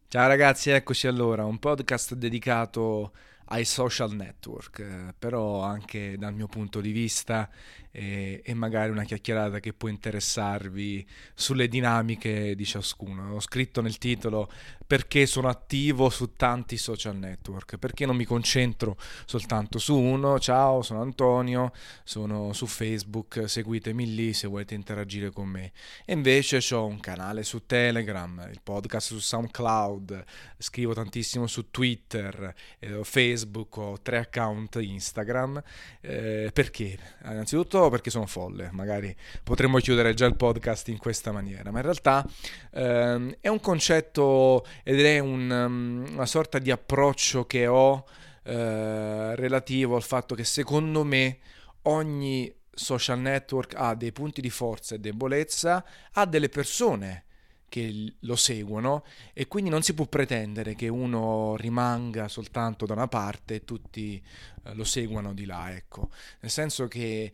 Ciao ragazzi, eccoci allora, un podcast dedicato ai social network, però anche dal mio punto di vista e magari una chiacchierata che può interessarvi sulle dinamiche di ciascuno. Ho scritto nel titolo perché sono attivo su tanti social network, perché non mi concentro soltanto su uno. Ciao, sono Antonio, sono su Facebook, seguitemi lì se volete interagire con me. E invece ho un canale su Telegram, il podcast su SoundCloud, scrivo tantissimo su Twitter, Facebook, ho 3 account Instagram. Perché? Innanzitutto perché sono folle, magari potremmo chiudere già il podcast in questa maniera, ma in realtà è un concetto ed è una sorta di approccio che ho relativo al fatto che secondo me ogni social network ha dei punti di forza e debolezza, ha delle persone che lo seguono e quindi non si può pretendere che uno rimanga soltanto da una parte e tutti lo seguano di là, ecco. Nel senso che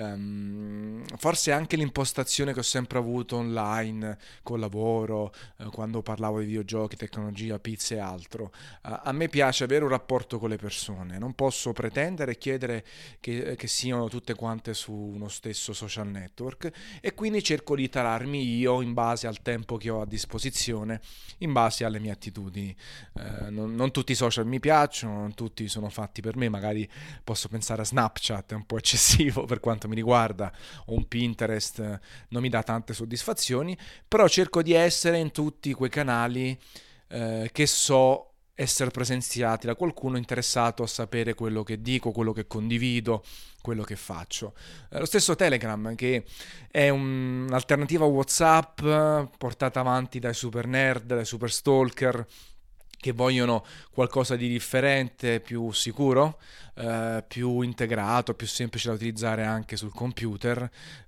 forse anche l'impostazione che ho sempre avuto online col lavoro, quando parlavo di videogiochi, tecnologia, pizza e altro, a me piace avere un rapporto con le persone, non posso pretendere e chiedere che siano tutte quante su uno stesso social network e quindi cerco di tararmi io in base al tempo che ho a disposizione, in base alle mie attitudini. Non tutti i social mi piacciono, non tutti sono fatti per me, magari posso pensare a Snapchat, è un po' eccessivo per quanto mi riguarda, o un Pinterest, non mi dà tante soddisfazioni, però cerco di essere in tutti quei canali che so essere presenziati da qualcuno interessato a sapere quello che dico, quello che condivido, quello che faccio. Lo stesso Telegram, che è un'alternativa a WhatsApp portata avanti dai super nerd, dai super stalker che vogliono qualcosa di differente, più sicuro, più integrato, più semplice da utilizzare anche sul computer.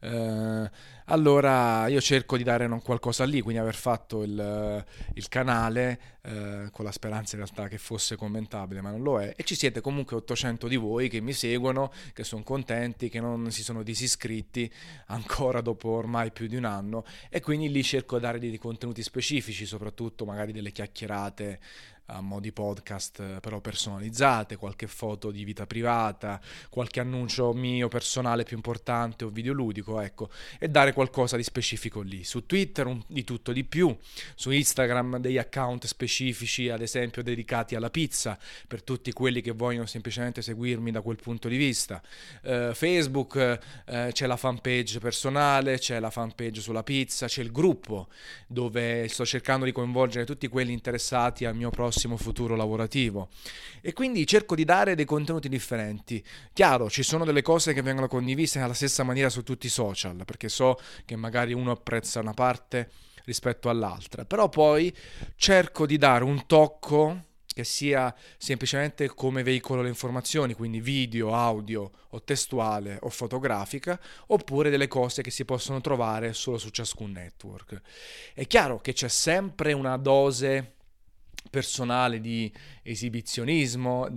Allora io cerco di dare un qualcosa lì, quindi aver fatto il canale con la speranza in realtà che fosse commentabile, ma non lo è. E ci siete comunque 800 di voi che mi seguono, che sono contenti, che non si sono disiscritti ancora dopo ormai più di un anno. E quindi lì cerco di dare dei contenuti specifici, soprattutto magari delle chiacchierate a mo' di podcast però personalizzate, qualche foto di vita privata, qualche annuncio mio personale più importante o videoludico, ecco, e dare qualcosa di specifico lì. Su Twitter di tutto di più, su Instagram degli account specifici, ad esempio dedicati alla pizza, per tutti quelli che vogliono semplicemente seguirmi da quel punto di vista. Facebook c'è la fanpage personale, c'è la fanpage sulla pizza, c'è il gruppo dove sto cercando di coinvolgere tutti quelli interessati al mio prossimo futuro lavorativo e quindi cerco di dare dei contenuti differenti. Chiaro, ci sono delle cose che vengono condivise alla stessa maniera su tutti i social, perché so che magari uno apprezza una parte rispetto all'altra, però poi cerco di dare un tocco che sia semplicemente come veicolo le informazioni, quindi video, audio o testuale o fotografica, oppure delle cose che si possono trovare solo su ciascun network. È chiaro che c'è sempre una dose personale di esibizionismo,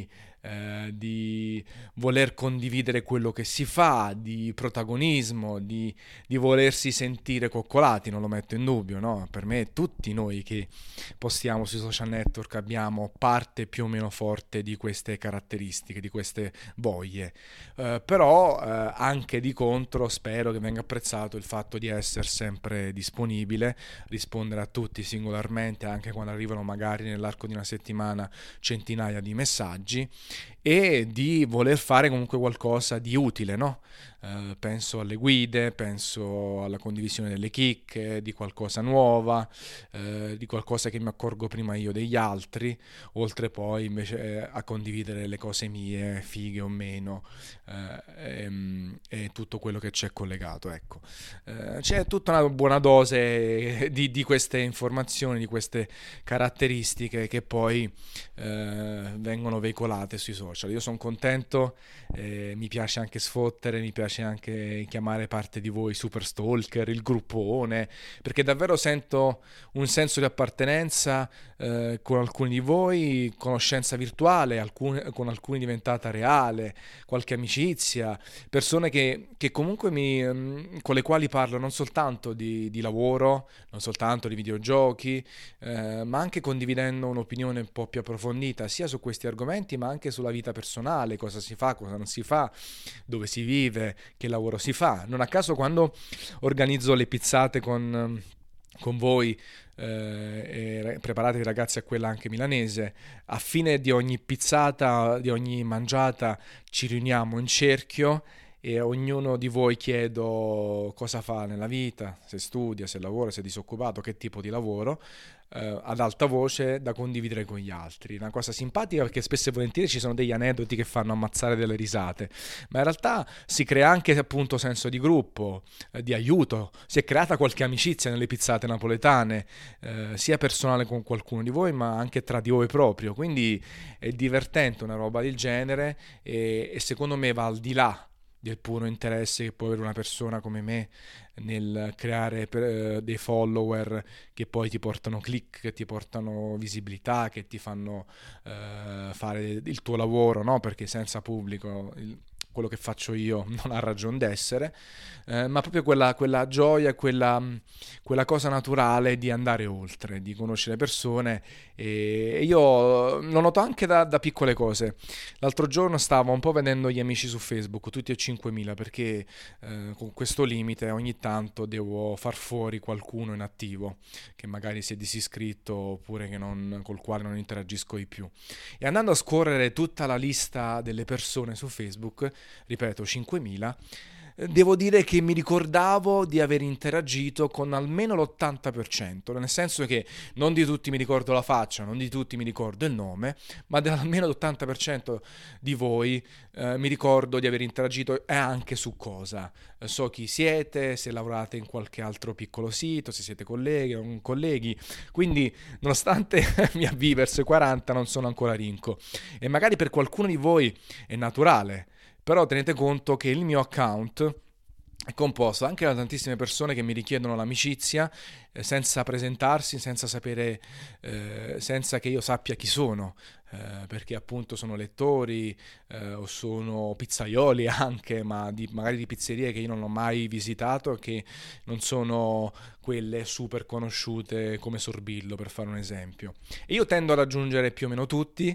di voler condividere quello che si fa, di protagonismo, di volersi sentire coccolati, non lo metto in dubbio, no? Per me tutti noi che postiamo sui social network abbiamo parte più o meno forte di queste caratteristiche, di queste voglie. Però anche di contro spero che venga apprezzato il fatto di essere sempre disponibile, rispondere a tutti singolarmente anche quando arrivano magari nell'arco di una settimana centinaia di messaggi e di voler fare comunque qualcosa di utile, no? Penso alle guide, penso alla condivisione delle chicche, di qualcosa nuova, di qualcosa che mi accorgo prima io degli altri, oltre poi invece a condividere le cose mie, fighe o meno, e tutto quello che c'è collegato, ecco. C'è tutta una buona dose di queste informazioni, di queste caratteristiche che poi vengono veicolate sui social. social. Io sono contento, mi piace anche sfottere, mi piace anche chiamare parte di voi super stalker, il gruppone, perché davvero sento un senso di appartenenza con alcuni di voi, conoscenza virtuale, con alcuni diventata reale, qualche amicizia, persone che comunque con le quali parlo non soltanto di lavoro, non soltanto di videogiochi, ma anche condividendo un'opinione un po' più approfondita sia su questi argomenti ma anche sulla vita personale, cosa si fa, cosa non si fa, dove si vive, che lavoro si fa. Non a caso quando organizzo le pizzate con voi e preparate i ragazzi a quella anche milanese, a fine di ogni pizzata, di ogni mangiata ci riuniamo in cerchio e a ognuno di voi chiedo cosa fa nella vita, se studia, se lavora, se è disoccupato, che tipo di lavoro, ad alta voce da condividere con gli altri. Una cosa simpatica perché spesso e volentieri ci sono degli aneddoti che fanno ammazzare delle risate, ma in realtà si crea anche appunto senso di gruppo, di aiuto, si è creata qualche amicizia nelle pizzate napoletane, sia personale con qualcuno di voi ma anche tra di voi proprio, quindi è divertente una roba del genere e secondo me va al di là del puro interesse che può avere una persona come me nel creare dei follower che poi ti portano click, che ti portano visibilità, che ti fanno fare il tuo lavoro, no? Perché senza pubblico quello che faccio io non ha ragione d'essere, ma proprio quella gioia, quella cosa naturale di andare oltre, di conoscere persone e io lo noto anche da piccole cose. L'altro giorno stavo un po' vedendo gli amici su Facebook, tutti e 5.000, perché con questo limite ogni tanto devo far fuori qualcuno inattivo, che magari si è disiscritto oppure col quale non interagisco di più. E andando a scorrere tutta la lista delle persone su Facebook, ripeto 5.000, devo dire che mi ricordavo di aver interagito con almeno l'80%, nel senso che non di tutti mi ricordo la faccia, non di tutti mi ricordo il nome, ma almeno l'80% di voi mi ricordo di aver interagito e anche su cosa. So chi siete, se lavorate in qualche altro piccolo sito, se siete colleghi o non colleghi, quindi nonostante mi avvii verso i 40 non sono ancora rinco e magari per qualcuno di voi è naturale. Però tenete conto che il mio account è composto anche da tantissime persone che mi richiedono l'amicizia senza presentarsi, senza sapere, senza che io sappia chi sono, perché appunto sono lettori o sono pizzaioli anche, ma magari di pizzerie che io non ho mai visitato, che non sono quelle super conosciute come Sorbillo, per fare un esempio. E io tendo ad raggiungere più o meno tutti,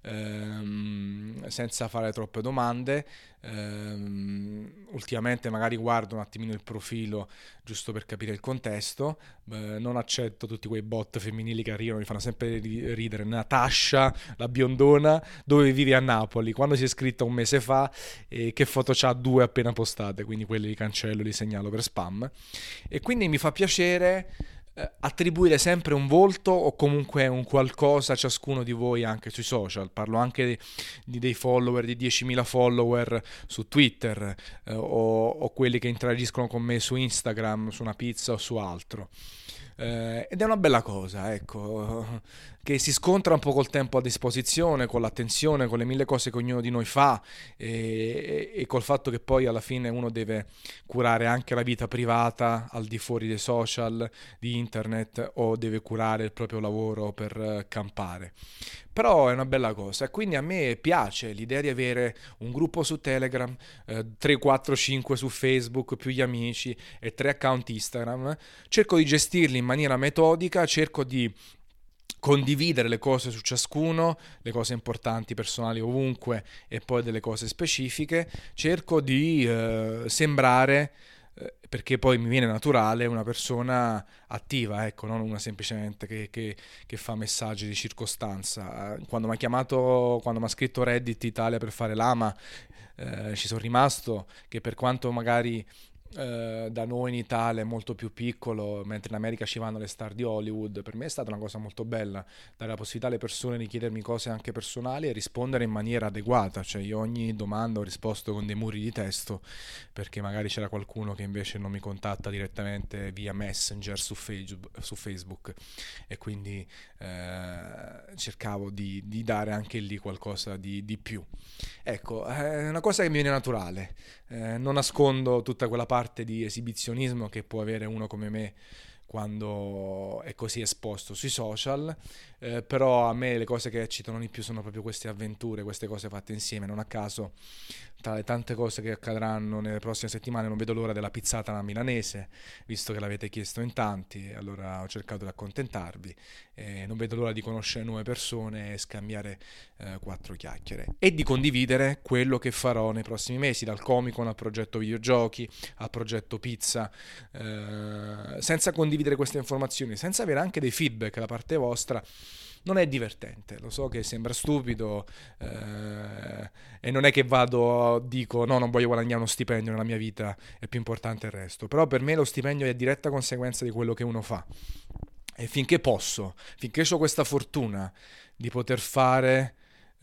senza fare troppe domande. Ultimamente magari guardo un attimino il profilo giusto per capire il contesto, non accetto tutti quei bot femminili che arrivano, mi fanno sempre ridere. Natascia, la biondona, dove vivi a Napoli, quando si è iscritta un mese fa e che foto c'ha, 2 appena postate, quindi quelli li cancello, li segnalo per spam. E quindi mi fa piacere attribuire sempre un volto o comunque un qualcosa a ciascuno di voi anche sui social. Parlo anche di dei follower, di 10.000 follower su Twitter, o quelli che interagiscono con me su Instagram, su una pizza o su altro. Ed è una bella cosa, ecco, che si scontra un po' col tempo a disposizione, con l'attenzione, con le 1000 cose che ognuno di noi fa e col fatto che poi alla fine uno deve curare anche la vita privata al di fuori dei social, di internet, o deve curare il proprio lavoro per campare. Però è una bella cosa e quindi a me piace l'idea di avere un gruppo su Telegram, 3, 4, 5 su Facebook, più gli amici e 3 account Instagram. Cerco di gestirli in maniera metodica, cerco di condividere le cose su ciascuno, le cose importanti, personali ovunque e poi delle cose specifiche. Cerco di sembrare, perché poi mi viene naturale, una persona attiva, ecco, non una semplicemente che fa messaggi di circostanza. Quando mi ha chiamato, quando mi ha scritto Reddit Italia per fare l'AMA, ci sono rimasto che per quanto magari da noi in Italia è molto più piccolo, mentre in America ci vanno le star di Hollywood. Per me è stata una cosa molto bella, dare la possibilità alle persone di chiedermi cose anche personali e rispondere in maniera adeguata. Cioè io ogni domanda ho risposto con dei muri di testo, perché magari c'era qualcuno che invece non mi contatta direttamente via Messenger su Facebook, e quindi cercavo di dare anche lì qualcosa di più. Ecco, è una cosa che mi viene naturale. Non nascondo tutta quella parte di esibizionismo che può avere uno come me quando è così esposto sui social, però a me le cose che eccitano di più sono proprio queste avventure, queste cose fatte insieme. Non a caso, tra le tante cose che accadranno nelle prossime settimane, non vedo l'ora della pizzata alla milanese, visto che l'avete chiesto in tanti, allora ho cercato di accontentarvi. Non vedo l'ora di conoscere nuove persone e scambiare quattro chiacchiere e di condividere quello che farò nei prossimi mesi, dal Comic-Con al progetto videogiochi al progetto pizza. Senza condividere queste informazioni, senza avere anche dei feedback da parte vostra, non è divertente. Lo so che sembra stupido, e non è che dico no, non voglio guadagnare uno stipendio nella mia vita, è più importante il resto. Però per me lo stipendio è diretta conseguenza di quello che uno fa. E finché posso, finché ho questa fortuna di poter fare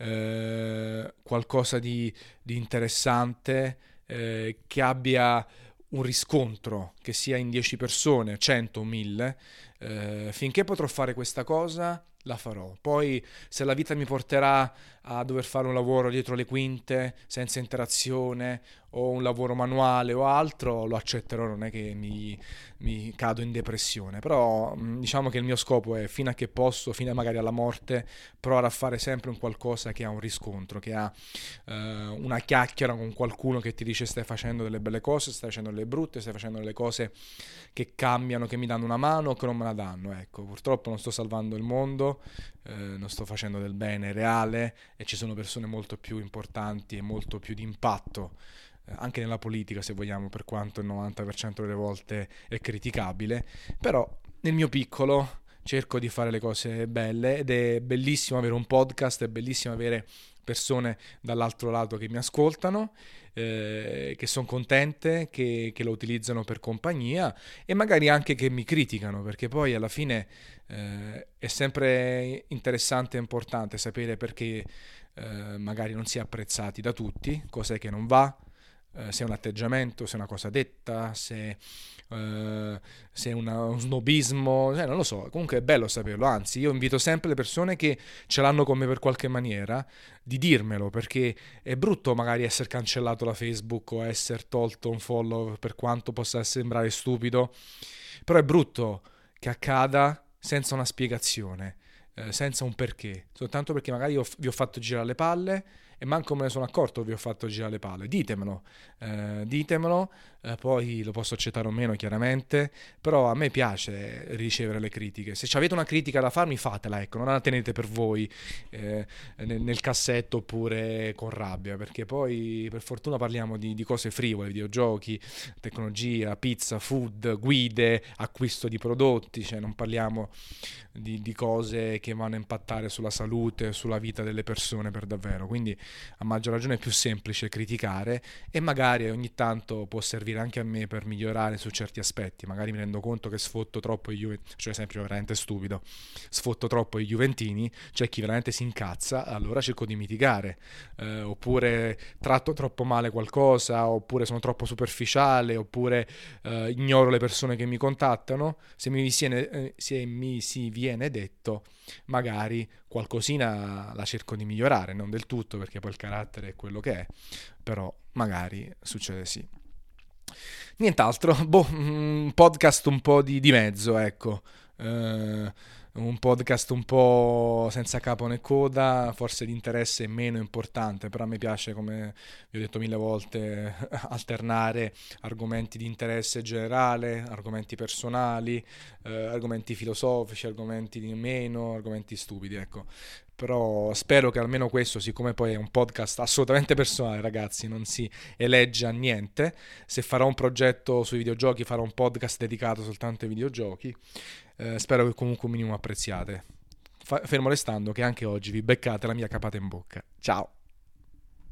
qualcosa di interessante, che abbia un riscontro, che sia in 10 persone, 100, 1000, finché potrò fare questa cosa, la farò. Poi se la vita mi porterà a dover fare un lavoro dietro le quinte, senza interazione, o un lavoro manuale o altro, lo accetterò, non è che mi cado in depressione. Però diciamo che il mio scopo è, fino a che posso, fino a magari alla morte, provare a fare sempre un qualcosa che ha un riscontro, che ha una chiacchiera con qualcuno che ti dice stai facendo delle belle cose, stai facendo delle brutte, stai facendo delle cose che cambiano, che mi danno una mano o che non me la danno. Ecco, purtroppo non sto salvando il mondo, non sto facendo del bene reale, e ci sono persone molto più importanti e molto più di impatto, anche nella politica, se vogliamo, per quanto il 90% delle volte è criticabile. Però nel mio piccolo cerco di fare le cose belle, ed è bellissimo avere un podcast, è bellissimo avere persone dall'altro lato che mi ascoltano, che sono contente, che lo utilizzano per compagnia, e magari anche che mi criticano, perché poi alla fine è sempre interessante e importante sapere perché magari non si è apprezzati da tutti, cos'è che non va, se è un atteggiamento, se è una cosa detta, se è uno snobismo, non lo so. Comunque è bello saperlo, anzi io invito sempre le persone che ce l'hanno con me per qualche maniera di dirmelo, perché è brutto magari essere cancellato da Facebook o essere tolto un follow, per quanto possa sembrare stupido, però è brutto che accada senza una spiegazione, senza un perché, soltanto perché magari vi ho fatto girare le palle e manco me ne sono accorto, vi ho fatto girare le palle. Ditemelo, poi lo posso accettare o meno chiaramente, però a me piace ricevere le critiche. Se avete una critica da farmi, fatela, ecco, non la tenete per voi nel cassetto oppure con rabbia, perché poi per fortuna parliamo di cose frivole, videogiochi, tecnologia, pizza, food, guide, acquisto di prodotti, cioè non parliamo di cose che vanno a impattare sulla salute, sulla vita delle persone per davvero. Quindi a maggior ragione è più semplice criticare, e magari ogni tanto può servire anche a me per migliorare su certi aspetti. Magari mi rendo conto che sfotto troppo cioè esempio veramente stupido, sfotto troppo i juventini, c'è chi veramente si incazza, allora cerco di mitigare, oppure tratto troppo male qualcosa, oppure sono troppo superficiale, oppure ignoro le persone che mi contattano. Se mi si viene detto, magari qualcosina la cerco di migliorare, non del tutto, perché poi il carattere è quello che è, però magari succede sì. Nient'altro, un podcast un po' di mezzo, ecco. Un podcast un po' senza capo né coda, forse di interesse meno importante, però a me piace, come vi ho detto 1000 volte, alternare argomenti di interesse generale, argomenti personali, argomenti filosofici, argomenti di meno, argomenti stupidi, ecco. Però spero che almeno questo, siccome poi è un podcast assolutamente personale, ragazzi, non si elegge a niente. Se farò un progetto sui videogiochi, farò un podcast dedicato soltanto ai videogiochi. Spero che comunque un minimo apprezziate. Fermo restando che anche oggi vi beccate la mia capata in bocca. Ciao!